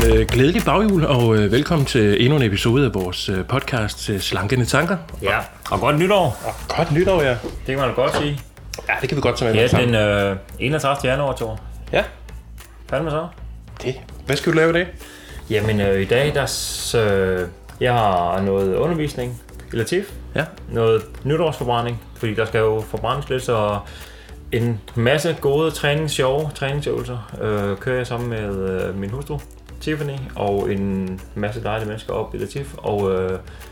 Glædelig baghjul, og velkommen til endnu en episode af vores podcast Slankende Tanker. Ja, og godt nytår. Og godt nytår, ja. Det kan man godt sige. Ja, det kan vi godt tage med. Ja, den 31. januar, Thor. Ja. Fandme så. Det. Hvad skal du lave i dag? Jamen, i dag, jeg har noget undervisning i Latif. Ja. Noget nytårsforbrænding, fordi der skal jo forbrændes lidt, så en masse gode sjove træningsøvelser kører jeg sammen med min hustru, Tiffany, og en masse dejlige mennesker op i Latif. Og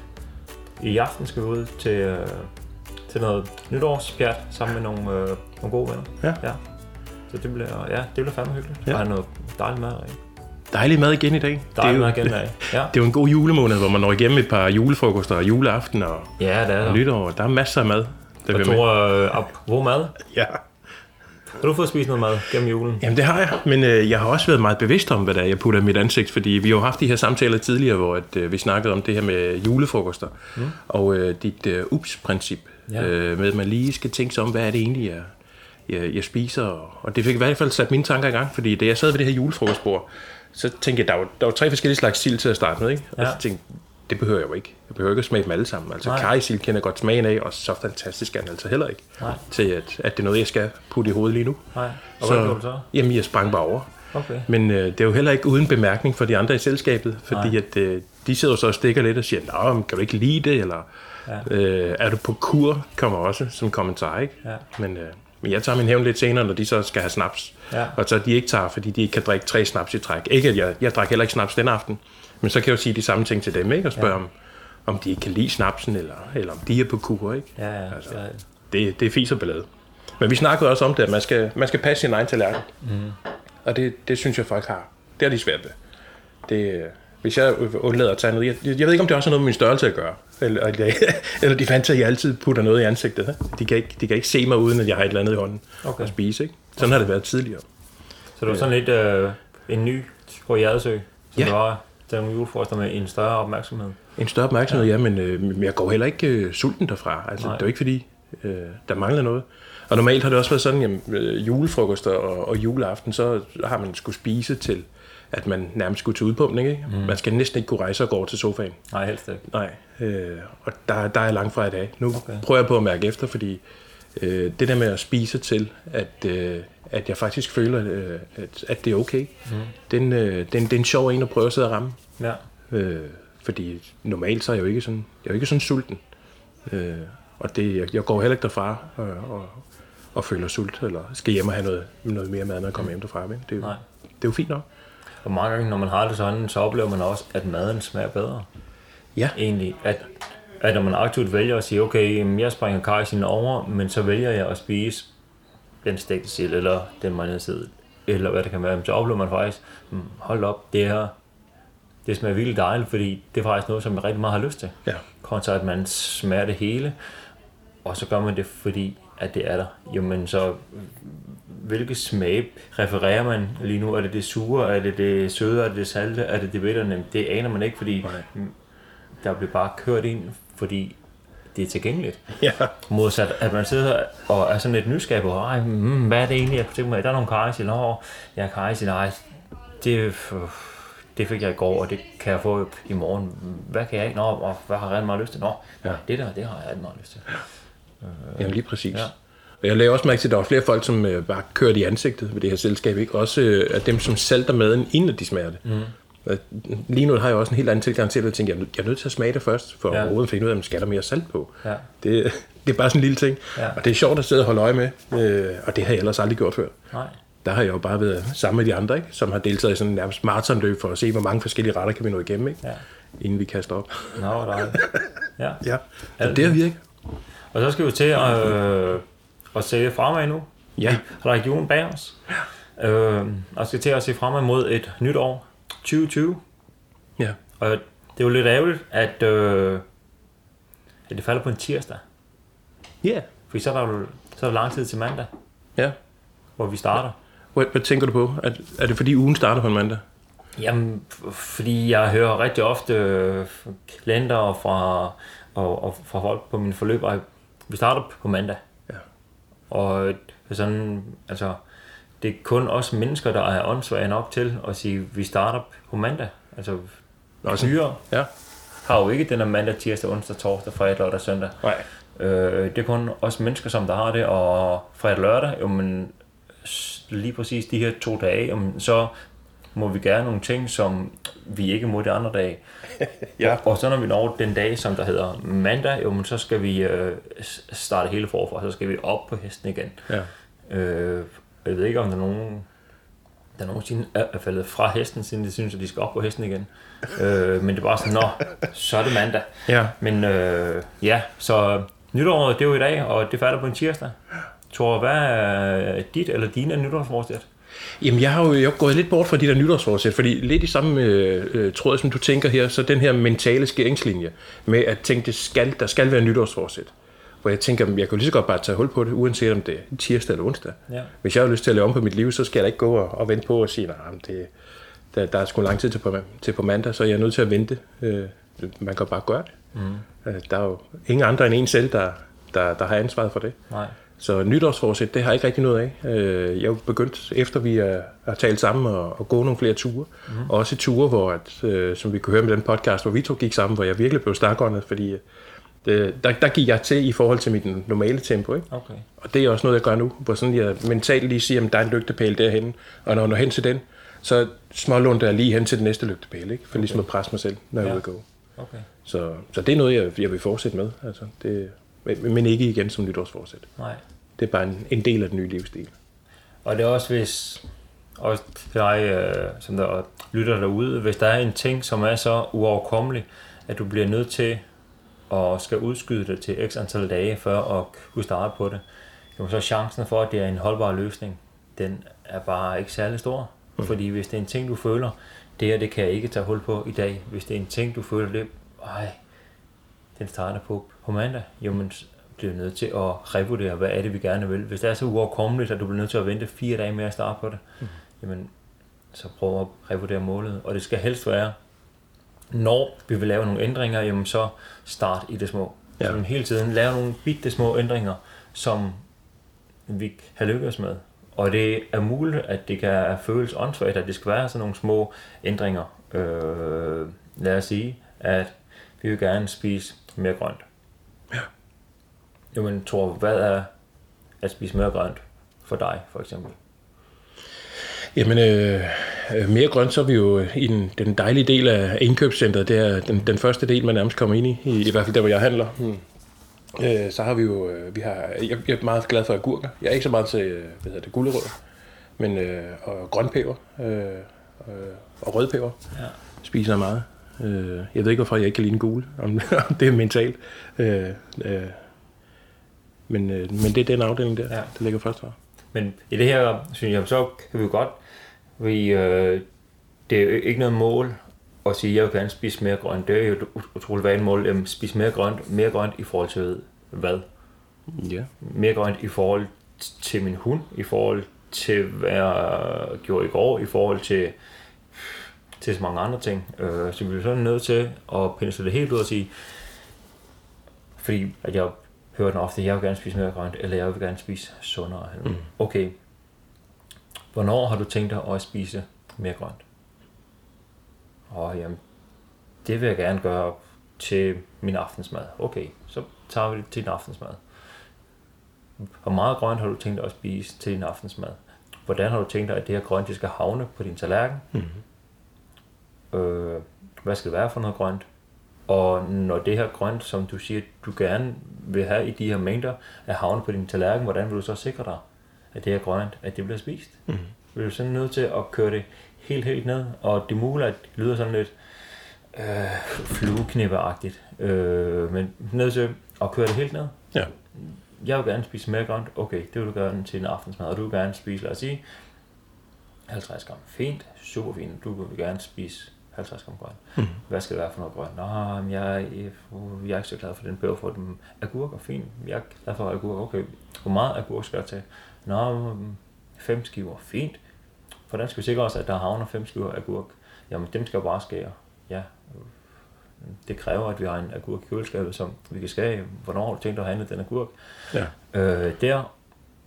i aften skal vi ud til noget nytårspjat sammen med nogle gode venner. Ja. Så det bliver fandme hyggeligt. Ja. Og have noget dejlig mad. Dejlig mad igen i dag. Dejlig mad igen i dag. Ja. Det er jo en god julemåned, hvor man når igennem et par julefrokoster og juleaften og nytår. Der er masser af mad. Jeg tror, hvor mad? Ja. Har du fået spist noget mad gennem julen? Jamen det har jeg, men jeg har også været meget bevidst om, hvad der er, jeg putter i mit ansigt, fordi vi har jo haft de her samtaler tidligere, hvor vi snakkede om det her med julefrokoster, og dit ups-princip, med at man lige skal tænke sig om, hvad er det egentlig, jeg spiser, og det fik i hvert fald sat mine tanker i gang, fordi da jeg sad ved det her julefrokostbord, så tænkte jeg, der var 3 forskellige slags sild til at starte med, ikke? Og så tænkte det behøver jeg jo ikke. Jeg behøver ikke at smage dem alle sammen. Altså karrysild kender jeg godt smagen af, og så fantastisk er den altså heller ikke. Til at det er noget, jeg skal putte i hovedet lige nu. Nej. Og hvad gjorde du så? Jamen, jeg sprang bare over. Okay. Men det er jo heller ikke uden bemærkning for de andre i selskabet, fordi at de sidder så og stikker lidt og siger, nå, kan du ikke lide det, eller er du på kur, kommer også som kommentar, ikke? Ja. Men jeg tager min hævn lidt senere, når de så skal have snaps. Ja. Og så de ikke tager, fordi de ikke kan drikke 3 snaps i træk. Ikke at jeg drak heller ikke snaps den aften. Men så kan jeg jo sige de samme ting til dem, ikke? Og spørge om de ikke kan lide snapsen, eller om de er på kur, ikke? Ja. Altså, det er fis og ballade. Men vi snakkede også om det, at man skal passe sin egen tallerken. Og det synes jeg, folk har. Det er de svært ved. Hvis jeg undlader at tage noget... Jeg ved ikke, om det også har noget med min størrelse at gøre. Eller de fandt, at jeg altid putter noget i ansigtet. De kan ikke se mig, uden at jeg har et eller andet i hånden at spise, ikke? Sådan har det været tidligere. Så det var sådan lidt en ny på Hjertesø, som var... Der er nogle julefrokoster med en større opmærksomhed. En større opmærksomhed, ja, men jeg går heller ikke sulten derfra. Altså, det er jo ikke fordi, der mangler noget. Og normalt har det også været sådan, jamen, julefrokoster og juleaften, så har man skulle spise til, at man nærmest skulle til udpumpning, ikke? Man skal næsten ikke kunne rejse og gå over til sofaen. Nej, helst ikke. Nej, og der er langt fra i dag. Nu prøver jeg på at mærke efter, fordi det der med at spise til, at jeg faktisk føler, at det er okay. Det er en sjov en at prøve at sidde og ramme. Ja. Fordi normalt så er jeg jo ikke sådan sulten. Og jeg går heller ikke derfra og føler sult, eller skal hjem og have noget mere mad, når jeg kommer hjem derfra. Men det er jo fint nok. Og mange gange, når man har det sådan, så oplever man også, at maden smager bedre. Ja. Egentlig, at når man aktivt vælger at sige, okay, jeg springer karrysilden over, men så vælger jeg at spise den stegte sild, eller den marinerede sild, eller hvad det kan være, så oplever man faktisk, hold op, det smager virkelig dejligt, fordi det er faktisk noget, som jeg rigtig meget har lyst til. Ja. Kontra at man smager det hele, og så gør man det, fordi at det er der. Jamen så, hvilke smag refererer man lige nu? Er det sure, er det søde, er det salte, er det bitterne? Det aner man ikke, fordi der bliver bare kørt ind, fordi det er tilgængeligt. Ja. Modsat, at man sidder og er sådan lidt nysgerrig på, hvad er det egentlig, jeg kunne tænke mig? Der er nogle karrysild, karrysild, det fik jeg i går, og det kan jeg få i morgen. Hvad kan jeg ikke? Hvad har jeg rigtig meget lyst til? Det har jeg rigtig meget lyst til. Jamen lige præcis. Ja. Og jeg lagde også mærke til, at der var flere folk, som bare kørte i ansigtet ved det her selskab, ikke? Også af dem, som salter maden, inden de smager det. Lige nu har jeg også en helt anden tilgang til det, og tænker, jeg er nødt til at smage det først, for overhovedet at finde ud af, om skal der mere salt på. Ja. Det er bare sådan en lille ting. Ja. Og det er sjovt at sidde og holde øje med, og det har jeg ellers aldrig gjort før. Nej. Der har jeg jo bare været sammen med de andre, ikke? Som har deltaget i sådan en nærmest maratonløb for at se, hvor mange forskellige retter kan vi nå igennem, ikke? Ja. Inden vi kaster op. Ja. Så det har virket. Og så skal vi til at se fremad nu. Ja. Regionen bag os. Og skal til at se fremad mod et nyt år, 2020. Ja. Og det er jo lidt ærgerligt, at det falder på en tirsdag. Ja. Yeah. Fordi så er der lang tid til mandag. Ja. Hvor vi starter. Hvad tænker du på? Er det fordi ugen starter på en mandag? Jamen, fordi jeg hører rigtig ofte klienter fra folk på mine forløb, og vi starter på mandag. Ja. Og sådan, altså, det er kun os mennesker, der er åndssvage nok til at sige, vi starter på mandag. Altså, dyr har jo ikke den her mandag, tirsdag, onsdag, torsdag, fredag, lørdag, søndag. Nej. Det er kun os mennesker, som der har det, og fredag, lørdag, jamen, lige præcis de her 2 dage, jamen, så må vi gøre nogle ting, som vi ikke må de andre dage. Ja. Og så når vi når den dag, som der hedder mandag, jamen, så skal vi starte hele forfra, så skal vi op på hesten igen. Ja. Jeg ved ikke, om der nogensinde er faldet fra hesten, siden de synes, at de skal op på hesten igen. Men det er bare sådan, så er det mandag. Ja. Men så nytåret, det er jo i dag, og det falder på en tirsdag. Thor, hvad er dit eller dine nytårsforsæt? Jamen, jeg har jo gået lidt bort fra de der nytårsforsæt, fordi lidt i samme tråd, som du tænker her, så den her mentale skæringslinje med at tænke, der skal være nytårsforsæt. Hvor jeg tænker, jeg kan lige så godt bare tage hul på det, uanset om det er tirsdag eller onsdag. Ja. Hvis jeg har lyst til at lave om på mit liv, så skal jeg da ikke gå og vente på og sige, nej, der er sgu lang tid til på mandag, så jeg er nødt til at vente. Man kan bare gøre det. Der er jo ingen andre end en selv, der har ansvaret for det. Nej. Så nytårsforsæt, det har jeg ikke rigtig noget af. Jeg er jo begyndt, efter vi har talt sammen, og gå nogle flere ture. Også ture, hvor, som vi kunne høre med den podcast, hvor vi to gik sammen, hvor jeg virkelig blev stakåndet, fordi der gik jeg til i forhold til mit normale tempo. Ikke? Okay. Og det er også noget, jeg gør nu, hvor sådan jeg mentalt lige siger, at der er en lygtepæl derhenne, og når jeg når hen til den, så smålunder jeg lige hen til den næste lygtepæl, ikke? For ligesom at presse mig selv, når jeg vil gå. Okay. Så det er noget, jeg vil fortsætte med. Altså, men ikke igen som nytårsforsæt. Nej. Det er bare en del af den nye livsstil. Og det er også også til dig, som der lytter derude, hvis der er en ting, som er så uoverkommelig, at du bliver nødt til at skal udskyde det til x antal dage, før at kunne starte på det, jamen så chancen for, at det er en holdbar løsning, den er bare ikke særlig stor. Fordi hvis det er en ting, du føler, det kan jeg ikke tage hul på i dag. Hvis det er en ting, du føler, den starter på mandag, jamen bliver nødt til at revurdere, hvad er det, vi gerne vil. Hvis det er så uoverkommeligt, at du bliver nødt til at vente 4 dage med at starte på det, jamen så prøv at revurdere målet. Og det skal helst være, når vi vil lave nogle ændringer, jamen så start i det små. Ja. Så hele tiden lave nogle bitte små ændringer, som vi kan lykkes med. Og det er muligt, at det kan føles åndssvagt, at det skal være sådan nogle små ændringer. Lad os sige, at vi vil gerne spise mere grønt. Ja. Jamen, Thor, hvad er at spise mere grønt for dig, for eksempel? Jamen, mere grønt, så er vi jo i den dejlige del af indkøbscentret. Det er den første del, man nærmest kommer ind i hvert fald der, hvor jeg handler. Så har vi jo, jeg er meget glad for agurker. Jeg er ikke så meget til, gulerødder, men og grønpeber og rødpeber. Ja. Spiser jeg meget. Jeg ved ikke, hvorfor jeg ikke kan lide en gule, om det er mentalt. Men det er den afdeling der, der ligger først for. Men i det her, synes jeg, så kan vi jo godt, det er jo ikke noget mål at sige, at jeg vil gerne spise mere grønt. Det er jo et utroligt vanligt mål, at spise mere grønt i forhold til hvad? Ja. Mere grønt i forhold til min hund, i forhold til hvad jeg gjorde i går, i forhold til så mange andre ting. Så vi er sådan nødt til at pensle det helt ud og sige, fordi at jeg hører den ofte, at jeg vil gerne spise mere grønt, eller jeg vil gerne spise sundere. Okay, hvornår har du tænkt dig at spise mere grønt? Og jamen, det vil jeg gerne gøre til min aftensmad. Okay, så tager vi det til din aftensmad. Hvor meget grønt har du tænkt dig at spise til din aftensmad? Hvordan har du tænkt dig, at det her grønt det skal havne på din tallerken? Hvad skal det være for noget grønt? Og når det her grønt, som du siger, du gerne vil have i de her mængder, er havne på din tallerken, hvordan vil du så sikre dig, at det her grønt, at det bliver spist? Vil du sådan nødt til at køre det helt ned? Og det er muligt, at det lyder sådan lidt flueknipperagtigt, men nødt til at køre det helt ned. Ja. Jeg vil gerne spise mere grønt. Okay, det vil du gøre til en aftensmad, og du vil gerne spise, lad os sige, 50 gram. Fint, super fint. Du vil gerne spise 50 gram grønt. Hvad skal det være for noget grønt? Nå, jeg er ikke så glad for den bøger for dem. Agurker, fint. Jeg er glad for agurker. Okay, hvor meget agurk skal jeg til? Nå, 5 skiver. Fint. Hvordan skal vi sikre os, at der havner 5 skiver agurk? Jamen, dem skal bare skære. Ja, det kræver, at vi har en agurk i køleskabet, som vi kan skære. Hvornår har du tænkt dig at handle den agurk? Ja.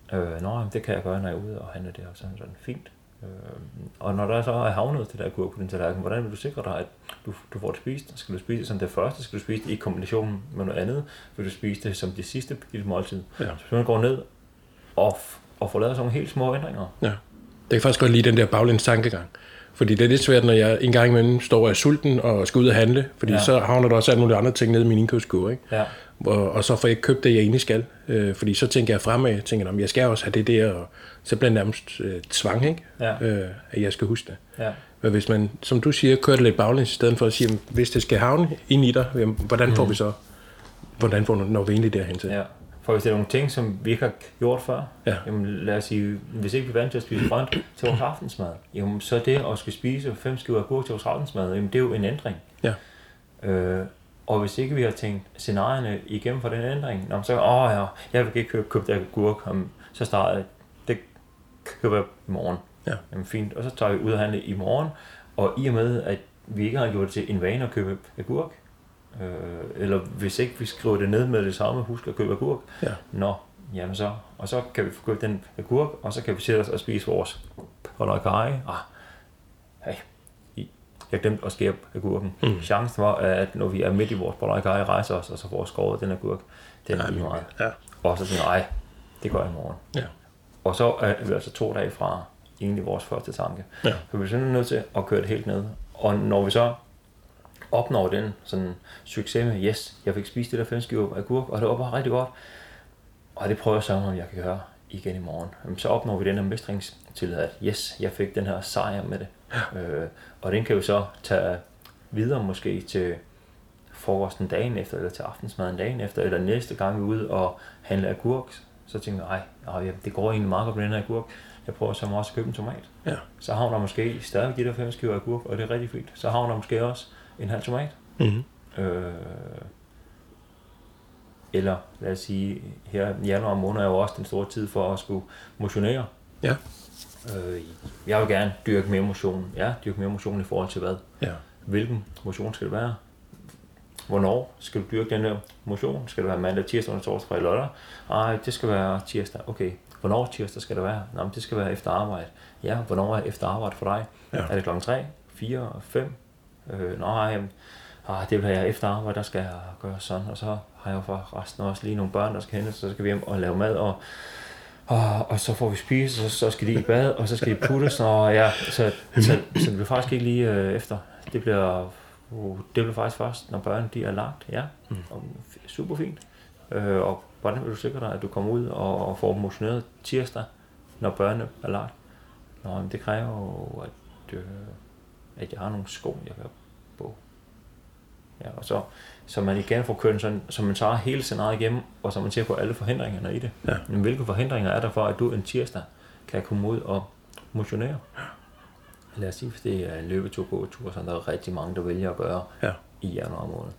Det kan jeg gøre, når jeg er ude og handle det, og sådan fint. Og når der så er havnet det der agurk på din tallerken, hvordan vil du sikre dig, at du får det spist? Skal du spise det som det første? Skal du spise det i kombination med noget andet? Vil du spise det som det sidste måltid? Ja. Så man går ned og får lavet sådan nogle helt små ændringer. Ja. Det kan faktisk godt lide den der baglæns tankegang. Fordi det er lidt svært, når jeg en gang imellem står og er sulten og skal ud og handle, fordi så havner der også alle mulige andre ting nede i min indkøbskurv, ikke? Ja. Og så får jeg ikke købt det, jeg egentlig skal. Fordi så tænker jeg fremad, at jeg skal også have det der, og så bliver det nærmest tvang, ikke? Ja. At jeg skal huske det. Ja. Men hvis man, som du siger, kører det lidt baglæns i stedet for at sige, hvis det skal havne ind i dig, hvordan får vi så, når vi egentlig derhen til? Ja. For hvis det er nogle ting, som vi ikke har gjort før, jamen lad os sige, hvis ikke vi er vant til at spise grønt til vores aftensmad, jamen så det at skulle spise 5 skiver agurk til vores aftensmad, jamen det er jo en ændring. Ja. Og hvis ikke vi har tænkt scenarierne igennem for den ændring, så jeg vil ikke købe det agurk, så starter jeg, det køber jeg i morgen. Ja. Jamen fint, og så tager vi ud og handle i morgen, og i og med, at vi ikke har gjort det til en vane at købe agurk, eller hvis ikke vi skriver det ned med det samme, husk at købe agurk, jamen så, og så kan vi få købt den agurk, og så kan vi sætte os og spise vores polakaj. Jeg glemte at skære agurken. Chancen var, at når vi er midt i vores polakaj, rejser os, og så får skåret den agurk, den er lige meget. Ja. Og så tænker det gør jeg i morgen. Ja. Og så er vi altså 2 dage fra egentlig vores første tanke. Ja. Så vi er simpelthen nødt til at køre det helt ned. Og når vi så opnår den sådan succes med, jeg fik spist det der 5 skiver agurk, og det var bare rigtig godt. Og det prøver jeg så, om jeg kan gøre igen i morgen. Så opnår vi den her mestringstillid, at jeg fik den her sejr med det. Og den kan vi så tage videre måske til frokosten dagen efter, eller til aftensmaden dagen efter, eller næste gang vi er ude og handle agurk, så tænker jeg, det går egentlig meget godt på den her agurk. Jeg prøver så også at købe en tomat. Ja. Så havner måske stadig de der 5 skiver agurk, og det er rigtig fint. Så havner måske også en halv tomat. Mm-hmm. Eller lad os sige, her i januar måned er jo også den store tid for at skulle motionere. Ja. Jeg vil gerne dyrke mere motion. Ja, dyrke mere motion i forhold til hvad? Ja. Hvilken motion skal det være? Hvornår skal du dyrke den her motion? Skal det være mandag, tirsdag, onsdag, torsdag eller lørdag? Det skal være tirsdag. Okay. Hvornår tirsdag skal det være? Nå, det skal være efter arbejde. Ja, hvornår er efter arbejde for dig? Ja. Er det klokken 3, 4, 5? Det vil jeg efter arbejde, der skal jeg gøre sådan. Og så har jeg jo for resten også lige nogle børn, der skal hentes, så skal vi hjem og lave mad, og så får vi spise, og så skal de i bad, og så skal de puttes, og så det bliver faktisk ikke lige efter. Det bliver faktisk først, når børnene de er lagt. Ja, super fint. Og hvordan vil du sikre dig, at du kommer ud og får motioneret tirsdag, når børnene er lagt? Det kræver jo, at jeg har nogle sko, jeg kan på. Ja, og så man igen får kørt sådan, så man tager hele scenariet igennem, og så man ser på alle forhindringerne i det. Ja. Men hvilke forhindringer er der for, at du en tirsdag kan komme ud og motionere? Lad os sige, hvis det er en løbetur, gåtur, så der er rigtig mange, der vælger at gøre i januar måned.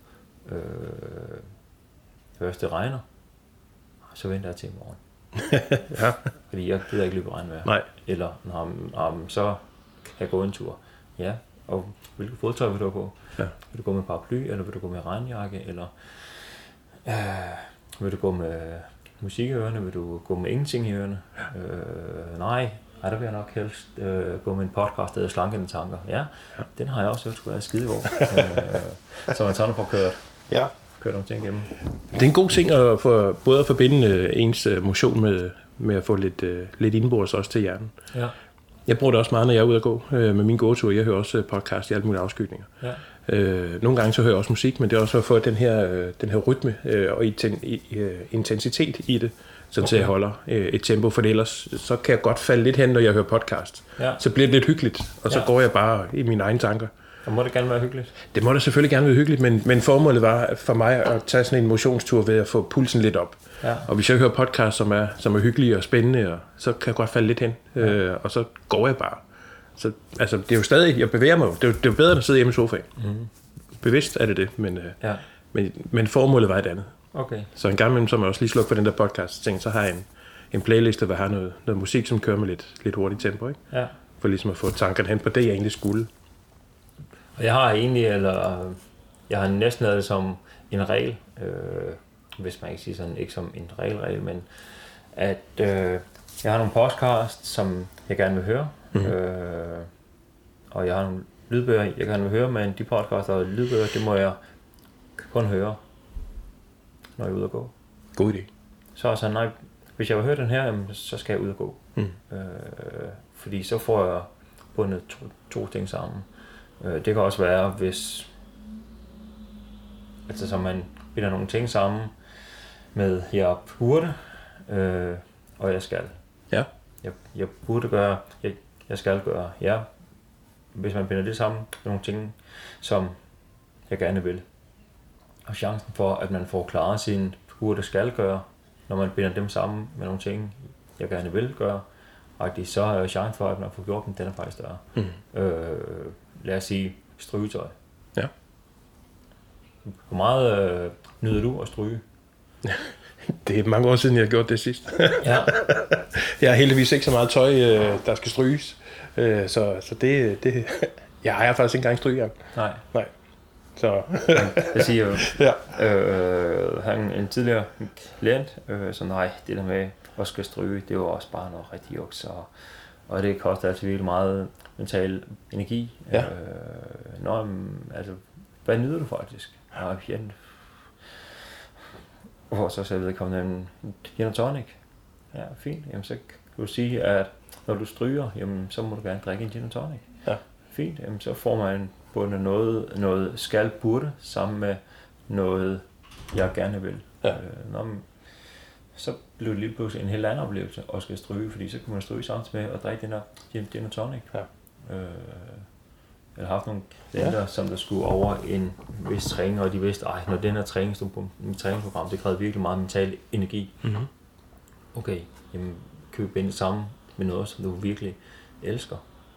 Først det regner, så venter jeg til i morgen. Ja. Fordi jeg gider ikke løbe i regnvejr. Nej. Eller så kan jeg gå en tur. Ja, og hvilket fodtøj vil du på? Ja. Vil du gå med paraply, eller vil du gå med regnjakke, eller vil du gå med musik i ørerne, vil du gå med ingenting i ørerne? Nej, der vil jeg nok helst gå med en podcast, der hedder Slankende Tanker. Ja, den har jeg også hørt, skulle være skidegod. Så man sådan får kørt nogle ting igennem. Det er en god ting at få, både at forbinde ens motion med at få lidt indbords også til hjernen. Ja. Jeg bruger det også meget, når jeg er ude at gå med min gåtur. Jeg hører også podcast i alle mulige afskygninger. Ja. Nogle gange så hører jeg også musik, men det er også for at få den her rytme og intensitet i det, sådan så jeg holder et tempo, for ellers så kan jeg godt falde lidt hen, når jeg hører podcast. Ja. Så bliver det lidt hyggeligt, og så går jeg bare i mine egne tanker. Og må det gerne være hyggeligt? Det må det selvfølgelig gerne være hyggeligt, men formålet var for mig at tage sådan en motionstur ved at få pulsen lidt op. Ja. Og hvis jeg hører podcast, som er hyggelige og spændende, så kan jeg godt falde lidt hen, og så går jeg bare. Så altså, det er jo stadig, jeg bevæger mig jo. Det er jo bedre, end at sidde hjemme i sofaen. Mm-hmm. Bevidst er det, men formålet var et andet. Okay. Så en gang imellem, så må jeg også lige slukke for den der podcast, så har jeg en playliste, hvor jeg har noget musik, som kører med lidt hurtigt tempo, ikke? Ja. For ligesom at få tankerne hen på det, jeg egentlig skulle. Og jeg har næsten lavet det som en regel, hvis man ikke siger sådan, ikke som en regel, men at Jeg har nogle podcasts, som jeg gerne vil høre, og jeg har nogle lydbøger, jeg gerne vil høre, men de podcasts og lydbøger, det må jeg kun høre, når jeg er ude at gå. God idé. Så nej, hvis jeg vil høre den her, så skal jeg ud og gå. Fordi så får jeg bundet to ting sammen. Det kan også være, hvis altså, så man binder nogle ting sammen med, jeg burde, og jeg skal. Ja. Jeg burde gøre, jeg skal gøre, ja. Hvis man binder det sammen med nogle ting, som jeg gerne vil. Og chancen for, at man får klaret sin burde skal gøre, når man binder dem sammen med nogle ting, jeg gerne vil gøre, så er chancen for, at man får gjort dem, den er faktisk større. Lad os sige, strygetøj. Ja. Hvor meget nyder du at stryge? Det er mange år siden, jeg har gjort det sidst. Ja. Jeg har heldigvis ikke så meget tøj, der skal stryges. Så det jeg har faktisk ikke engang strygejern. Nej. Så. Jeg siger jo, han en tidligere klient, så nej, det der med at skal stryge, det var også bare noget rigtig juks, og det koster altså virkelig meget mental energi. Ja. Altså, hvad nyder du faktisk? Hvorfor så jeg ved ikke om en gin og tonic? Ja, fint. Jamen, så kan du sige, at når du stryger, jamen, så må du gerne drikke en gin og tonic. Ja. Fint. Jamen, så får man både noget skal burde sammen med noget jeg gerne vil. Ja. Så blev det lige pludselig en helt anden oplevelse at skal stryge, fordi så kunne man stryge samtidig med at drikke den der gin og tonic. Ja. Eller haft nogle klienter, som der skulle over en vis træning, og de vidste, når den her træning stod på mit træningsprogram, det krævede virkelig meget mental energi. Mm-hmm. Okay, jamen kan vi binde sammen med noget, som du virkelig elsker?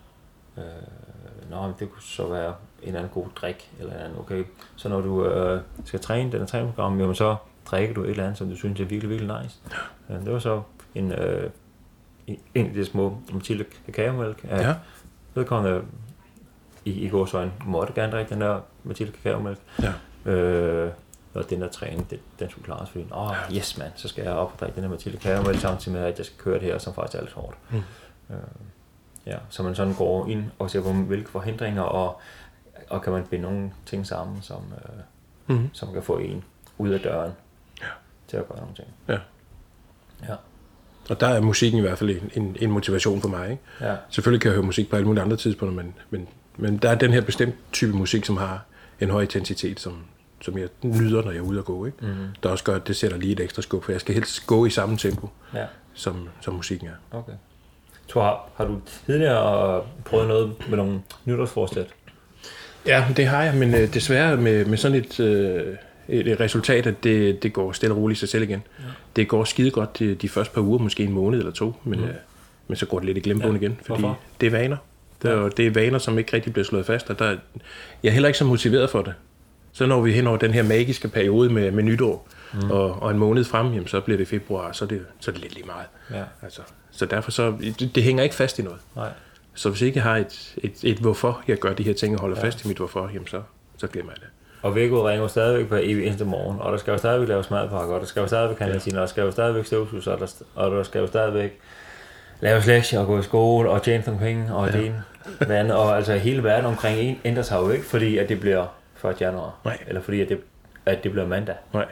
Det kunne så være en eller anden god drik, eller en anden, okay. Så når du skal træne den her træningsprogram, jamen så drikker du et eller andet, som du synes er virkelig, virkelig nice. Det var så en af de små Mathilde kakaomælk. Ja. Vedkommende i gårsøjne måtte gerne drikke den der Mathilde kakaomælk. Ja. Og den der træning, den skulle klares, fordi yes man, så skal jeg op og drikke den der Mathilde kakaomælk, samtidig med at jeg skal køre det her, som faktisk er lidt hårdt. Så man sådan går ind og ser på, hvilke forhindringer, og kan man binde nogle ting sammen, som kan få en ud af døren til at gøre nogle ting. Ja. Og der er musikken i hvert fald en motivation for mig. Ikke? Ja. Selvfølgelig kan jeg høre musik på alle mulige andre tidspunkter, men der er den her bestemte type musik, som har en høj intensitet, som jeg nyder, når jeg er ude at gå. Ikke? Mm-hmm. Der også gør, at det sætter lige et ekstra skub, for jeg skal helst gå i samme tempo, som musikken er. Okay. Har du tidligere prøvet noget med nogle nytårsforsæt? Ja, det har jeg, men desværre med sådan et resultat, at det går stille og roligt sig selv igen. Ja. Det går skide godt de første par uger, måske en måned eller to, men så går det lidt i glemmebogen igen, fordi det er vaner. Det er vaner, som ikke rigtig bliver slået fast, og jeg er heller ikke så motiveret for det. Så når vi hen over den her magiske periode med nytår, og en måned frem, jamen, så bliver det februar, så er det lidt lige meget. Ja. Altså, så derfor det hænger ikke fast i noget. Nej. Så hvis ikke jeg har et hvorfor jeg gør de her ting og holder fast i mit hvorfor, jamen så glemmer jeg det. Og vækkeordet ringer jo stadigvæk på evig eneste morgen, og der skal jo stadigvæk laves madpakker, og der skal jo stadigvæk kanaltiner, og der skal jo stadigvæk støvsuges, og der skal jo stadigvæk laves lektier og gå i skole og tjene nogle penge og det ene. Og altså hele verden omkring en ændrer sig jo ikke, fordi at det bliver 1. januar. Nej. Eller fordi at det bliver mandag. Nej.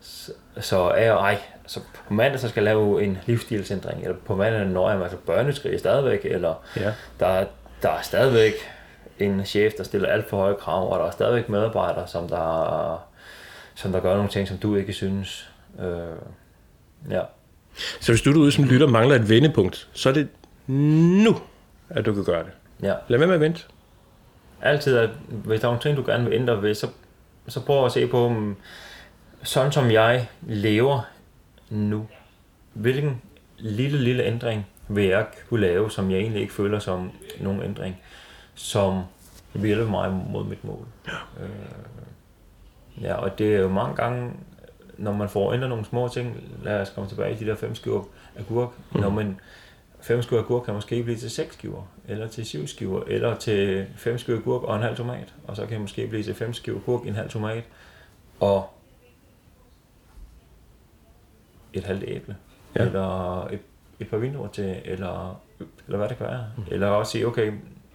Så på mandag så skal jeg lave en livsstilsændring, eller på mandag når jeg altså børneskrig stadigvæk, eller der er stadigvæk en chef, der stiller alt for høje krav, og der er stadigvæk medarbejdere, som der gør nogle ting, som du ikke synes. Så hvis du derude som lytter mangler et vendepunkt, så er det nu, at du kan gøre det. Ja. Lad være med at vente. Altid, at hvis der er nogle ting, du gerne vil ændre ved, så prøv at se på, sådan som jeg lever nu, hvilken lille ændring vil jeg kunne lave, som jeg egentlig ikke føler som nogen ændring, som vil hjælpe mig mod mit mål. Og det er jo mange gange, når man får ændret nogle små ting, lad os komme tilbage til de der 5 skiver agurk, når man 5 skiver agurk kan måske blive til 6 skiver, eller til 7 skiver, eller til 5 skiver agurk og en halv tomat, og så kan det måske blive til 5 skiver agurk, en halv tomat, og et halvt æble, eller et par vinduer til, eller hvad det kan være. Eller også sige, okay,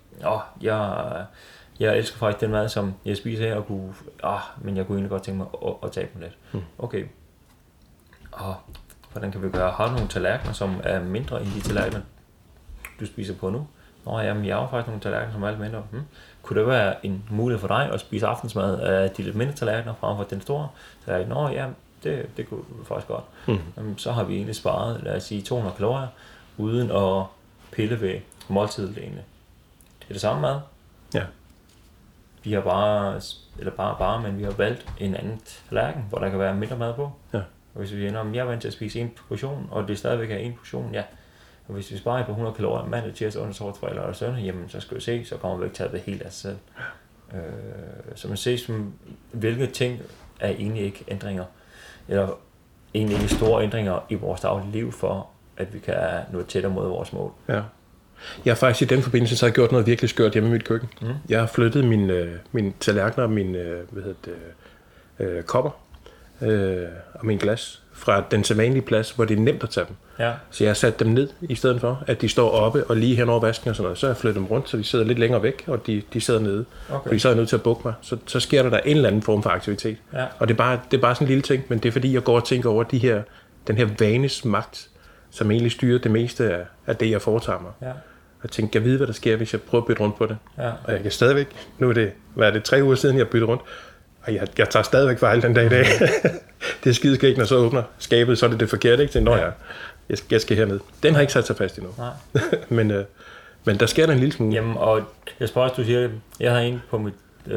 jeg elsker faktisk den mad, som jeg spiser her, men jeg kunne egentlig godt tænke mig at tage på lidt. Okay, og hvordan kan vi gøre? Har du nogle tallerkener, som er mindre end de tallerkener, du spiser på nu? Jamen, jeg har faktisk nogle tallerkener, som er lidt mindre. Kunne det være en mulighed for dig at spise aftensmad af de lidt mindre tallerkener, frem for den store tallerken? Det kunne du faktisk godt. Så har vi egentlig sparet, lad os sige, 200 kalorier, uden at pille ved måltidet egentlig. Det er det samme mad. Ja. Vi har men vi har valgt en anden tallerken, hvor der kan være mindre mad på. Ja. Og hvis vi ender om, jeg er vant til at spise en portion, og det stadigvæk er en portion, ja. Og hvis vi sparer på 100 kalorier mandag, tirsdag, onsdag, torsdag, fredag og søndag, jamen så skal vi se, så kommer vi ikke til at det helt af sig selv. Så man ser, hvilke ting er egentlig ikke ændringer, eller egentlig ikke store ændringer i vores daglige liv, for at vi kan nå tættere mod vores mål. Ja. Jeg har faktisk i den forbindelse så har gjort noget virkelig skørt hjemme i mit køkken. Jeg har flyttet mine tallerkener og mine kopper og min glas fra den sædvanlige plads, hvor det er nemt at tage dem. Ja. Så jeg har sat dem ned, i stedet for, at de står oppe og lige hen over vasken og sådan noget. Så har jeg flyttet dem rundt, så de sidder lidt længere væk, og de sidder nede. Okay. Fordi så er jeg nødt til at bukke mig. Så sker der en eller anden form for aktivitet. Ja. Og det er bare sådan en lille ting, men det er fordi, jeg går og tænker over den her vanes magt, som egentlig styrer det meste af det, jeg foretager mig. Ja. Og tænker, jeg ved, hvad der sker, hvis jeg prøver at bytte rundt på det. Ja. Og jeg kan stadigvæk, nu er det 3 uger siden, jeg bytter rundt, og jeg tager stadigvæk fejl den dag i dag. Det er skideskægt, når så åbner skabet, så er det forkert, ikke? Når jeg skal herned. Den har ikke sat sig fast endnu. Nej. men der sker der en lille smule. Jamen, og jeg spørger, du siger, jeg har en på mit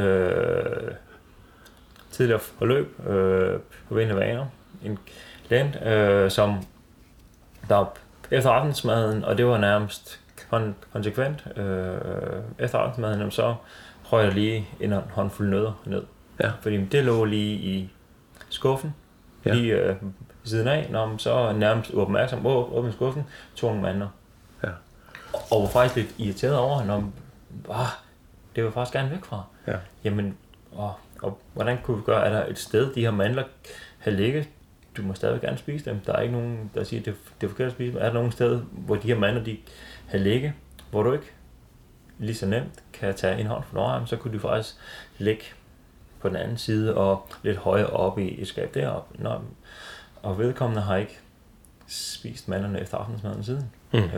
tidligere forløb på Vinde Vaner, en klient, som der efter aftensmaden, og det var nærmest konsekvent, efter aftensmaden, så røg jeg lige en håndfuld nødder ned. Ja. Fordi det lå lige i skuffen, lige ved siden af, når man så nærmest opmærksom på åbne skuffen, tog nogle mandler. Ja. Og var faktisk lidt irriteret over, når det var faktisk gerne væk fra. Ja. Jamen, og hvordan kunne vi gøre, er der et sted, de her mandler har ligget, du må stadig gerne spise dem. Der er ikke nogen, der siger, det er forkert at spise dem. Er der nogen sted, hvor de her mandler, de har ligget, hvor du ikke lige så nemt kan tage en hånd for noget, så kunne du faktisk ligge på den anden side og lidt højere oppe i et skab deroppe. Og vedkommende har ikke spist mandlerne efter aftensmaden siden.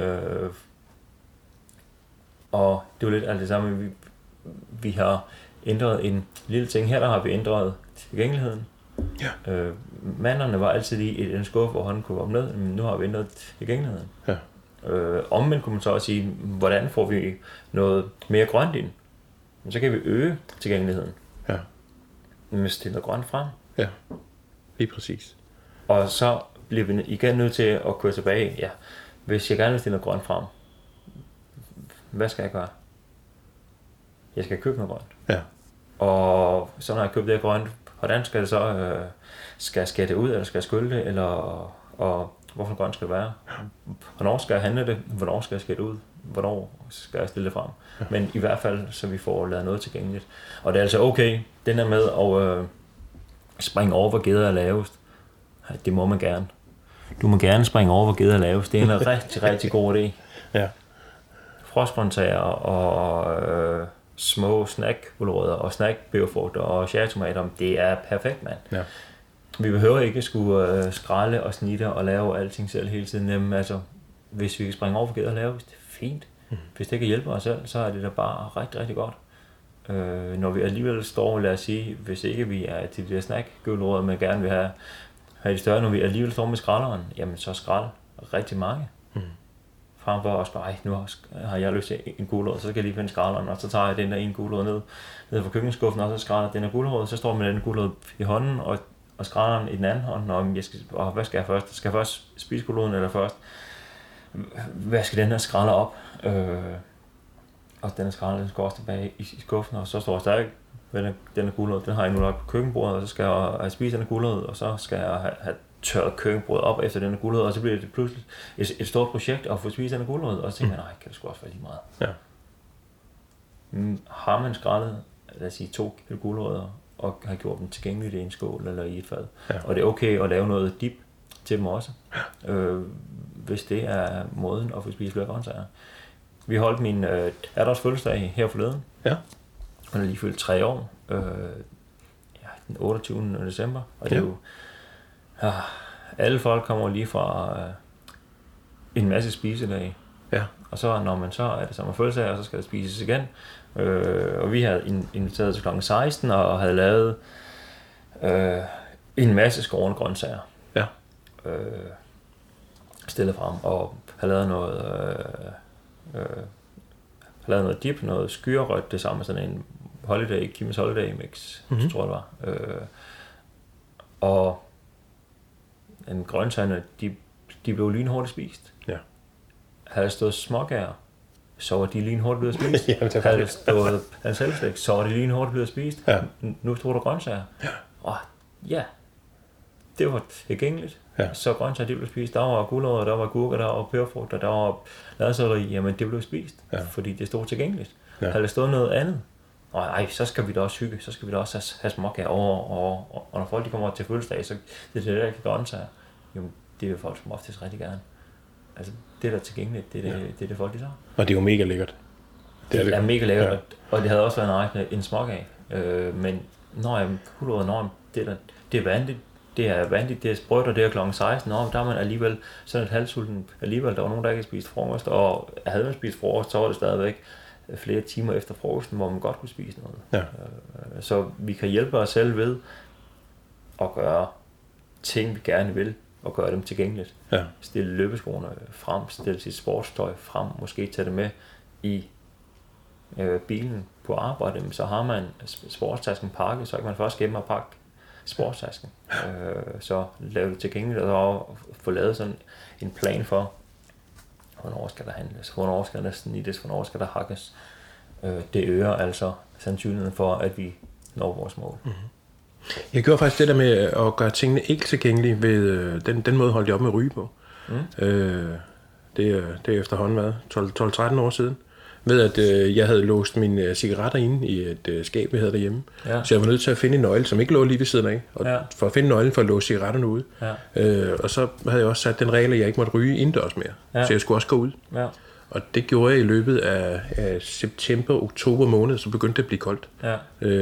Og det var lidt alt det samme. Vi har ændret en lille ting her, der har vi ændret tilgængeligheden. Ja. Mandlerne var altid i en skuffe, hvor hånden kunne komme ned, men nu har vi ændret tilgængeligheden. Ja. Omvendt kunne man så også sige, hvordan får vi noget mere grønt ind? Så kan vi øge tilgængeligheden. Ja. Vi stiller grønt frem. Ja, lige præcis. Og så bliver vi igen nødt til at køre tilbage. Ja, hvis jeg gerne vil stille grønt frem, hvad skal jeg gøre? Jeg skal købe noget grønt. Ja. Og så når jeg køber det grønt, hvordan skal det så, skal jeg skære det ud, eller skal jeg skylde det, eller og hvorfor grønt skal det være? Hvornår skal jeg handle det? Hvornår skal jeg skære det ud? Hvornår skal jeg stille det frem? Ja. Men i hvert fald, så vi får lavet noget tilgængeligt. Og det er altså okay, den er med at springe over, hvor geder er lavest. Det må man gerne. Du må gerne springe over, hvor geder er lavest. Det er en rigtig, rigtig god idé. Ja. Frostgrøntsager og små snackgulerødder og snackbæverfrugter og cherrytomater, det er perfekt, mand. Ja. Vi behøver ikke skulle skrælle og snitte og lave alting selv hele tiden. Jamen, altså, hvis vi kan springe over, hvor geder er lavest, det er fint. Hvis det kan hjælpe os selv, så er det da bare rigtig, rigtig godt. Når vi alligevel står, lad os sige, hvis ikke vi er til de der snackgulerødder, men gerne vil have de større, når vi alligevel står med skralderen, jamen så skrald rigtig mange. Frem for at spørge, nu har jeg lyst til en gulerod, så skal jeg lige finde skralderen, og så tager jeg den der en gulerod ned fra køkkenskuffen, og så skræller den der gulerod, så står jeg med den gulerod i hånden, og skralderen i den anden hånd, og hvad skal jeg først? Skal jeg først spise guleroden, eller først? Hvad skal den her skralder op? Og den her skralder, den går også tilbage i skuffen, og så står jeg stadig med den her gulerod, den har jeg nu lagt på køkkenbordet, og så skal jeg spise den her gulerod, og så skal jeg have tørret køkkenbordet op efter den her gulerod, og så bliver det pludselig et stort projekt at få spist den her gulerod, og så tænker jeg, nej, kan det sgu også være lige meget. Ja. Har man skrællet, lad os sige 2 kilo gulerødder, og har gjort dem tilgængeligt i en skål eller i et fad, og det er okay at lave noget dip, til dem også. Hvis det er måden at få spist flere grøntsager. Vi holdt min datters fødselsdag her forleden. Ja. Hun er lige fyldt 3 år. Den 28. december. Og det er jo... alle folk kommer lige fra en masse spisedage. Ja. Og så når man så er det samme fødselsdag, og så skal der spises igen. Og vi havde inviteret til kl. 16 og havde lavet en masse skårende grøntsager. Ja. Stillet frem og havde lavet noget dip, noget skyrerødt, det samme sådan en Kims Holiday mix, tror jeg det var. Og grøntsagerne, de blev lynhurtigt spist. Ja. Havde stået småkager, så var de lynhurtigt blevet spist. Jamen, havde stået selvslæg, så var de lynhurtigt blevet spist. Ja. Nu stod der grøntsager. Ja. Og ja, det var tilgængeligt. Ja. Så grøntsager, de blev spist. Der var gulerødder, der var gurker, der var peberfrugter, der var ladselleri. Jamen, det blev spist, fordi det stod tilgængeligt. Ja. Havde der stået noget andet, og så skal vi da også hygge, så skal vi da også have småkager og når folk de kommer til fødselsdag, så det er det, der ikke grøntsager. Jamen, det vil folk som oftest rigtig gerne. Altså, det er der tilgængeligt, det er det folk de så. Og det er jo mega lækkert. Det er mega lækkert, og det havde også været en småkage. Men gulerødder, det er vandigt. Det er vandigt, det er sprødt, og det er kl. 16. Der er man alligevel sådan et halvsulten. Alligevel, der var nogen, der ikke havde spist frokost, og havde man spist frokost, så var det stadigvæk flere timer efter frokosten, hvor man godt kunne spise noget. Ja. Så vi kan hjælpe os selv ved at gøre ting, vi gerne vil, og gøre dem tilgængeligt. Ja. Stille løbeskoene frem, stille sit sportstøj frem, måske tage det med i bilen på arbejde, så har man sportstasken pakket, så kan man først gemme og pakke sportstasken. Så lave det tilgængeligt, og få lavet sådan en plan for, hvornår skal der handles, hvornår skal der snittes, hvornår skal der hakkes. Det øger altså sandsynligheden for, at vi når vores mål. Mm-hmm. Jeg gjorde faktisk det der med at gøre tingene ikke tilgængelige ved den måde holdt jeg op med at ryge på. Det er efterhånden været 12-13 år siden. Ved at jeg havde låst mine cigaretter inde i et skab, vi havde derhjemme. Ja. Så jeg var nødt til at finde en nøgle, som ikke lå lige ved siden af. Og for at finde nøglen for at låse cigaretterne ude. Ja. Og så havde jeg også sat den regel, at jeg ikke måtte ryge indendørs mere. Ja. Så jeg skulle også gå ud. Ja. Og det gjorde jeg i løbet af september, oktober måned, så begyndte det at blive koldt. Ja.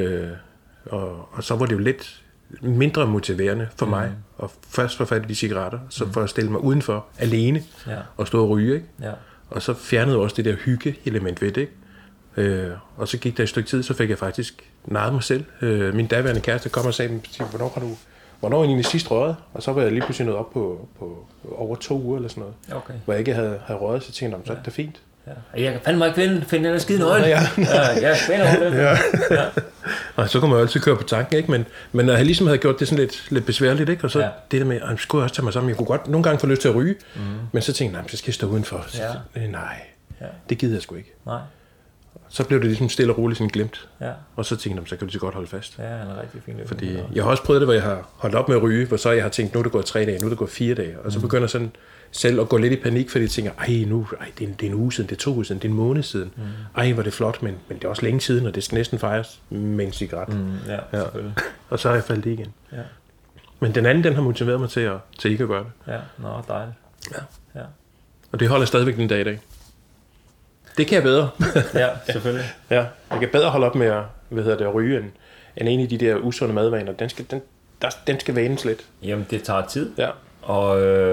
Og så var det jo lidt mindre motiverende for mig at først få fat i de cigaretter, så for at stille mig udenfor alene og stå og ryge, ikke? Ja. Og så fjernede jeg også det der hygge-element ved det, ikke? Og så gik der et stykke tid, så fik jeg faktisk narret mig selv. Min daværende kæreste kom og sagde, hvornår er egentlig sidst røget? Og så var jeg lige pludselig nået op på over 2 uger eller sådan noget, hvor jeg ikke havde røget, så tænkte jeg, så er det fint. Ja. Jeg kan fandme ikke finde den der skide nøgle. Jeg spænder over det. Ja. Og så kunne man jo altid køre på tanken, ikke? Men når jeg ligesom havde gjort det sådan lidt besværligt, ikke? Og så det der med, at jeg skulle også tage mig sammen. Jeg kunne godt nogle gange få lyst til at ryge, men så tænkte jeg, så skal jeg stå udenfor. Nej, det gider jeg sgu ikke. Nej. Så blev det ligesom stille og roligt sådan glemt. Ja. Og så tænkte jeg, så kan du så godt holde fast. Ja, det er rigtig fint. Fordi jeg har også prøvet det, hvor jeg har holdt op med at ryge, hvor så jeg har tænkt, nu er det gået 3 dage, nu er det gået 4 dage. Og så begynder sådan selv at gå lidt i panik, fordi jeg tænker, det er en uge siden, det er 2 uger siden, det er en måned siden. Hvor det flot, men det er også længe siden, og det skal næsten fejres med en cigaret. Ja. Og så har jeg faldet i igen. Ja. Men den anden, den har motiveret mig til ikke at gøre det. Ja, dejligt. Ja. Og det holder stadigvæk den dag i dag. Det kan jeg bedre. Ja, selvfølgelig. Ja, jeg kan bedre holde op med at ryge, end en af de der usunde madvaner. Den skal vanes lidt. Jamen, det tager tid. Ja. Og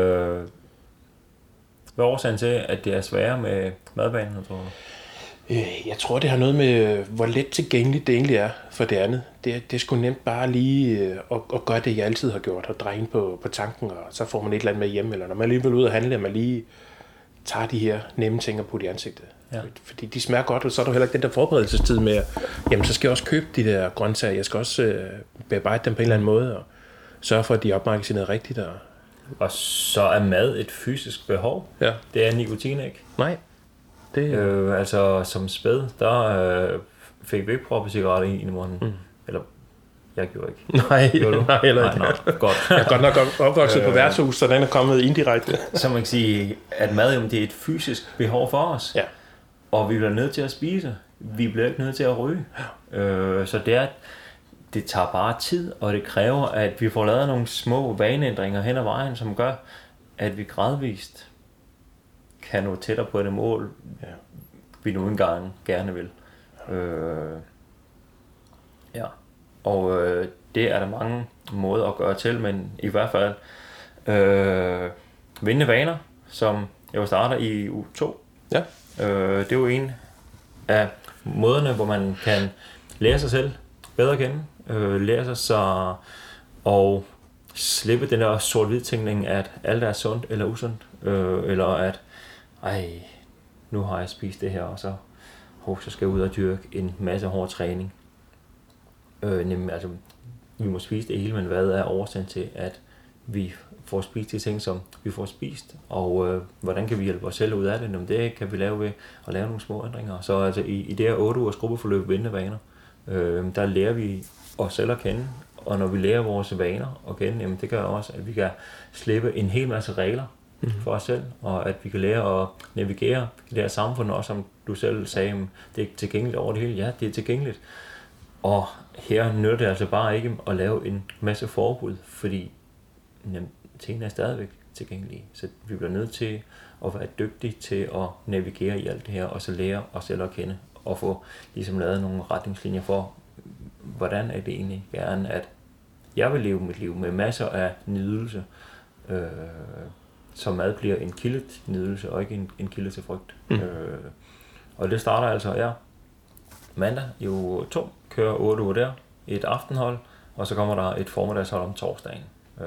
hvad er årsagen til, at det er sværere med madvaner, tror du? Jeg tror, det har noget med, hvor let tilgængeligt det egentlig er for det andet. Det er sgu nemt bare lige at gøre det, jeg altid har gjort, og dreje ind på tanken, og så får man et eller andet med hjem, eller når man lige vil ud og handle, at man lige tager de her nemme ting og putter i ansigtet. Ja. Fordi de smager godt, og så er der heller ikke den der forberedelsestid med, jamen så skal jeg også købe de der grøntsager, jeg skal også bearbejde dem på en eller anden måde, og sørge for, at de er opmagasineret rigtigt. Og så er mad et fysisk behov. Ja. Det er nikotin, ikke? Nej. Altså som spæd, der fik vi ikke proppet cigaretter i munden. Eller jeg gjorde ikke. Nej, heller ikke. Nej, godt. Jeg er godt nok opvokset på værtshus, så den er kommet indirekte. Så man kan sige, at mad det er et fysisk behov for os. Ja. Og vi bliver nødt til at spise. Vi bliver ikke nødt til at ryge. Så det tager bare tid, og det kræver, at vi får lavet nogle små vaneændringer hen ad vejen, som gør, at vi gradvist kan nå tættere på det mål, vi nu engang gerne vil. Og det er der mange måder at gøre til, men i hvert fald vindende vaner, som jeg starter i uge 2. Ja. Det er jo en af måderne, hvor man kan lære sig selv bedre at kende, lære sig og slippe den der sort-hvid tænkning, at alt er sundt eller usundt, eller at nu har jeg spist det her, og så skal jeg ud og dyrke en masse hård træning. Nemlig, altså, vi må spise det hele, men hvad er årsagen til, at vi får spist de ting, som vi får spist, og hvordan kan vi hjælpe os selv ud af det? Jamen, det kan vi lave ved at lave nogle små ændringer. Så altså, i det her 8 ugers gruppeforløb vindende vaner, der lærer vi os selv at kende, og når vi lærer vores vaner at kende, jamen, det gør også, at vi kan slippe en hel masse regler for os selv, og at vi kan lære at navigere, lære samfundet også, som du selv sagde, det er tilgængeligt over det hele. Ja, det er tilgængeligt. Og her nytter det altså bare ikke at lave en masse forbud, fordi tingene er stadigvæk tilgængelige. Så vi bliver nødt til at være dygtige til at navigere i alt det her, og så lære os selv at kende, og få ligesom lavet nogle retningslinjer for, hvordan er det egentlig gerne, at jeg vil leve mit liv med masser af nydelse, så mad bliver en kilde til nydelse, og ikke en kilde til frygt. Og det starter altså mandag i uge 2, kører 8 uger der, et aftenhold, og så kommer der et formiddagshold om torsdagen.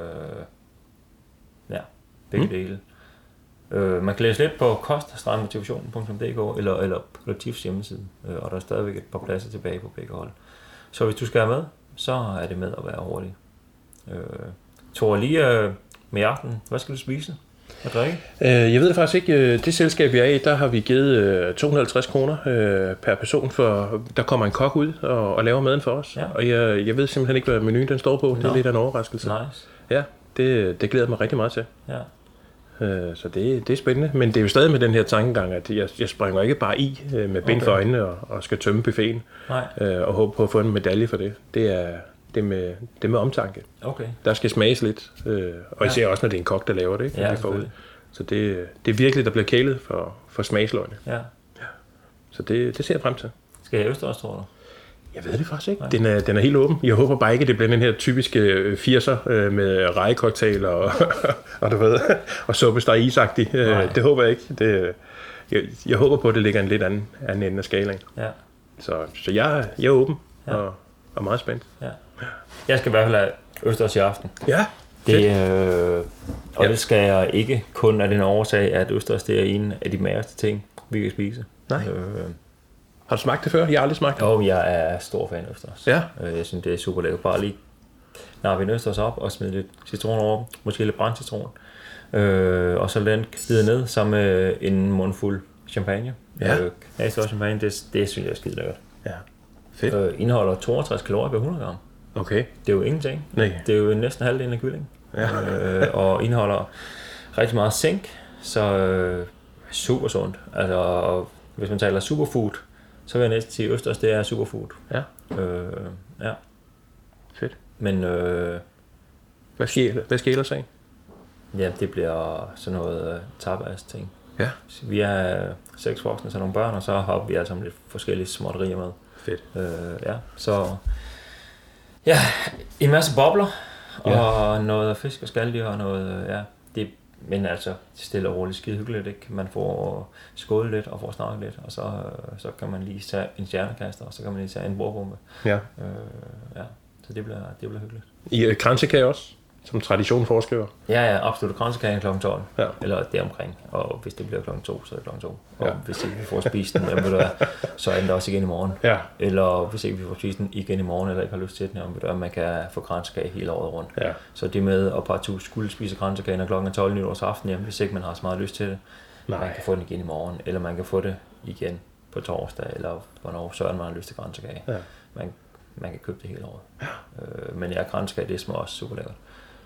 Begge dele. Man kan læse lidt på kost-motivation.dk eller på Tifs hjemmeside, og der er stadigvæk et par pladser tilbage på begge hold. Så hvis du skal være med, så er det med at være hurtig. Thor, lige med aften, hvad skal du spise og drikke? Jeg ved det faktisk ikke. Det selskab, vi er i, der har vi givet 250 kroner per person, for der kommer en kok ud og laver maden for os. Ja. Og jeg ved simpelthen ikke, hvad menuen den står på. Det er lidt af en overraskelse. Nice. Ja, det glæder mig rigtig meget til. Ja. Så det er spændende, men det er jo stadig med den her tankegang, at jeg springer ikke bare i med bind for øjnene og skal tømme buffeten og håbe på at få en medalje for det. Det er med omtanke. Okay. Der skal smages lidt, og især også, når det er en kok, der laver det. Ikke? Ja, så det er virkelig, der bliver kælet for smagsløgene. Ja. Så det ser jeg frem til. Skal jeg Østers, tror du? Jeg ved det faktisk ikke. Den er helt åben. Jeg håber bare ikke, det bliver den her typiske 80'er med rejecocktail og du ved, og suppesteg isagtig. Det håber jeg ikke. Jeg håber på, at det ligger en lidt anden ende af skalaen. Ja. Så jeg er åben og meget spændt. Ja. Jeg skal i hvert fald have Østers i aften. Ja. Det skal jeg ikke kun af den årsag, at Østers det er en af de magerste ting, vi kan spise. Nej. Har du smagt det før? Jeg har aldrig smagt det. Jeg er stor fan af Østers. Ja. Jeg synes, det er super lækkert. Bare lige nappe en Østers op og smide lidt citron over, måske lidt brændt citron. Og så den glide ned sammen med en mundfuld champagne. Champagne, det synes jeg er skide lækkert. Ja. Fedt. Indeholder 62 kalorier per 100 gram. Okay. Det er jo ingenting. Nej. Det er jo næsten halvdelen af kylling. Ja. Og indeholder rigtig meget zink, så super sundt. Altså, hvis man taler superfood, så vil jeg næsten sige, at Østers, det er superfood. Ja. Ja. Fedt. Men hvad skal ellers af? Ja, det bliver sådan noget tapas-ting. Ja. Vi er 6 voksne, så nogle børn, og så har vi altså lidt forskellige småtterier med. Fedt. Så en masse bobler, og noget fisk og skaldyr og noget, men altså stille og roligt skide hyggeligt, ikke? Man får skålet lidt og får snakket lidt, og så kan man lige tage en stjernekaster, og så kan man lige tage en bordbombe. Ja. Så det bliver hyggeligt. I kransekage også, som traditionen foreskriver? Ja, absolut. Kransekage kl. 12. Ja. Eller deromkring. Og hvis det bliver kl. 2, så er det kl. 2. Og hvis ikke vi får spist den, så er det også igen i morgen. Ja. Eller hvis ikke vi får spist den igen i morgen, eller ikke har lyst til den, man kan få kransekage hele året rundt. Ja. Så det med at partout skulle spise kransekage, når klokken er 12 nytårsaften, hvis ikke man har så meget lyst til det, man kan få den igen i morgen, eller man kan få det igen på torsdag, eller hvornår søren man har lyst til kransekage. Ja. Man kan købe det hele året. Ja. Men kransekage, det smager også super lækkert.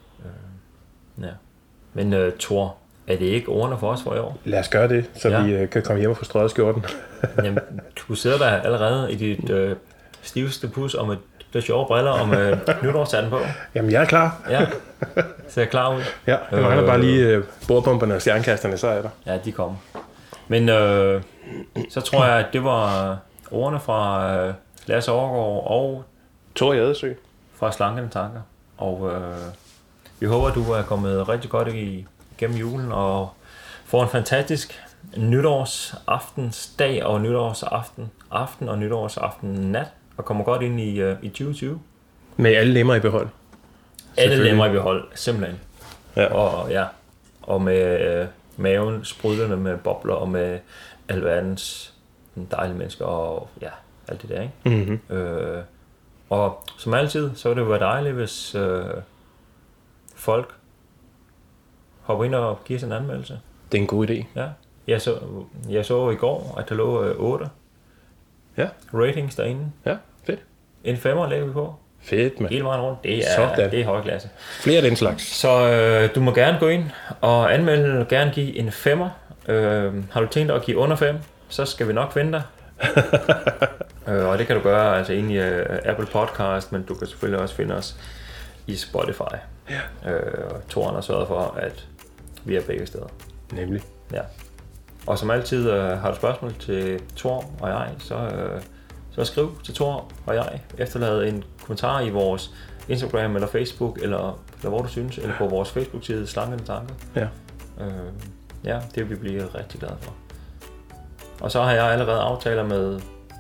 Men Thor, er det ikke ordene for os for i år? Lad os gøre det, så vi kan komme hjem og få strøget skjorten. Jamen, du sidder der allerede i dit stiveste pus om et lidt sjove briller og med nytårshatten på. Jamen, jeg er klar. Ja, ser klar ud. Ja, jeg mangler bare lige bordpumperne og stjernkasterne, så er der. Ja, de kommer. Men så tror jeg, at det var ordene fra Lasse Overgaard og Thor Jadesø fra Slankende Tanker. Og vi håber, at du er kommet rigtig godt igennem julen og får en fantastisk nytårsaftensdag og nytårsaften og nytårsaften nat og kommer godt ind i 2020. Med alle lemmer i behold. Alle lemmer i behold, simpelthen. Ja. Og med maven sprudlende med bobler og med alverdens dejlige mennesker og ja, alt det der, ikke? Mm-hmm. Og som altid, så vil det være dejligt, hvis folk hopper ind og giver sig en anmeldelse. Det er en god idé. Ja. Jeg så i går, at der lå 8 ratings derinde. Ja, fedt. En 5'er lægger vi på. Fedt, mand. Hele vejen rundt. Det er høj klasse. Flere af den slags. Så du må gerne gå ind og anmelde og gerne give en 5'er. Har du tænkt dig at give under 5, så skal vi nok finde dig. Og det kan du gøre altså inde i Apple Podcast, men du kan selvfølgelig også finde os i Spotify. Ja. Thor har sørget for, at vi er begge steder. Nemlig. Ja. Og som altid har du spørgsmål til Thor og jeg, så skriv til Thor og jeg. Efterlad en kommentar i vores Instagram eller Facebook, eller hvor du synes, eller på vores Facebook-side Slankende Tanker. Ja. Ja, det vil vi blive rigtig glade for. Og så har jeg allerede aftaler med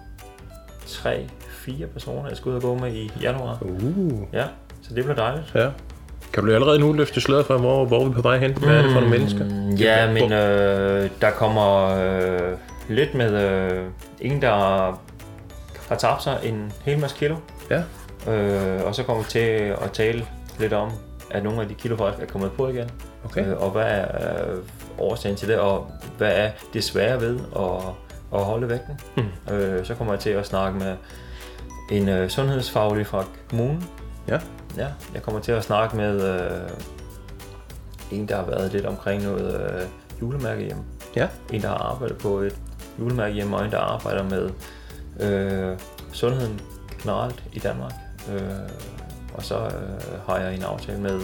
3-4 personer, jeg skal ud og gå med i januar. Ja, så det bliver dejligt. Ja. Kan du allerede nu løfte sløret for, hvor vi er på vej hen? Hvad er det for nogle mennesker? Ja, men der kommer lidt med en, der har tabt sig en hel masse kilo. Ja. Og så kommer vi til at tale lidt om, at nogle af de kilo faktisk er kommet på igen. Okay. Og hvad er årsagen til det, og hvad er det svære ved at holde vægten. Så kommer jeg til at snakke med en sundhedsfaglig fra kommunen. Ja. Ja, jeg kommer til at snakke med en, der har været lidt omkring noget julemærkehjem. Ja. En, der har arbejdet på et julemærkehjem, og en, der arbejder med sundheden generelt i Danmark. Og så har jeg en aftale med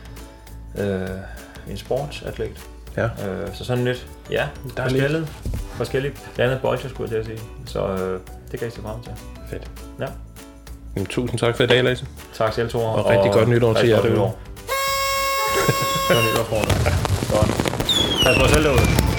en sportsatlet. Ja. Så sådan lidt, ja, forskelligt blandet bolcher, skulle jeg til at sige. Så det kan jeg se frem til. Fedt. Ja. Jamen, tusind tak for i dag, Lasse. Tak selv, Thor. Og rigtig godt nytår til jer. Godt nytår. Godt. Pas på selv derude.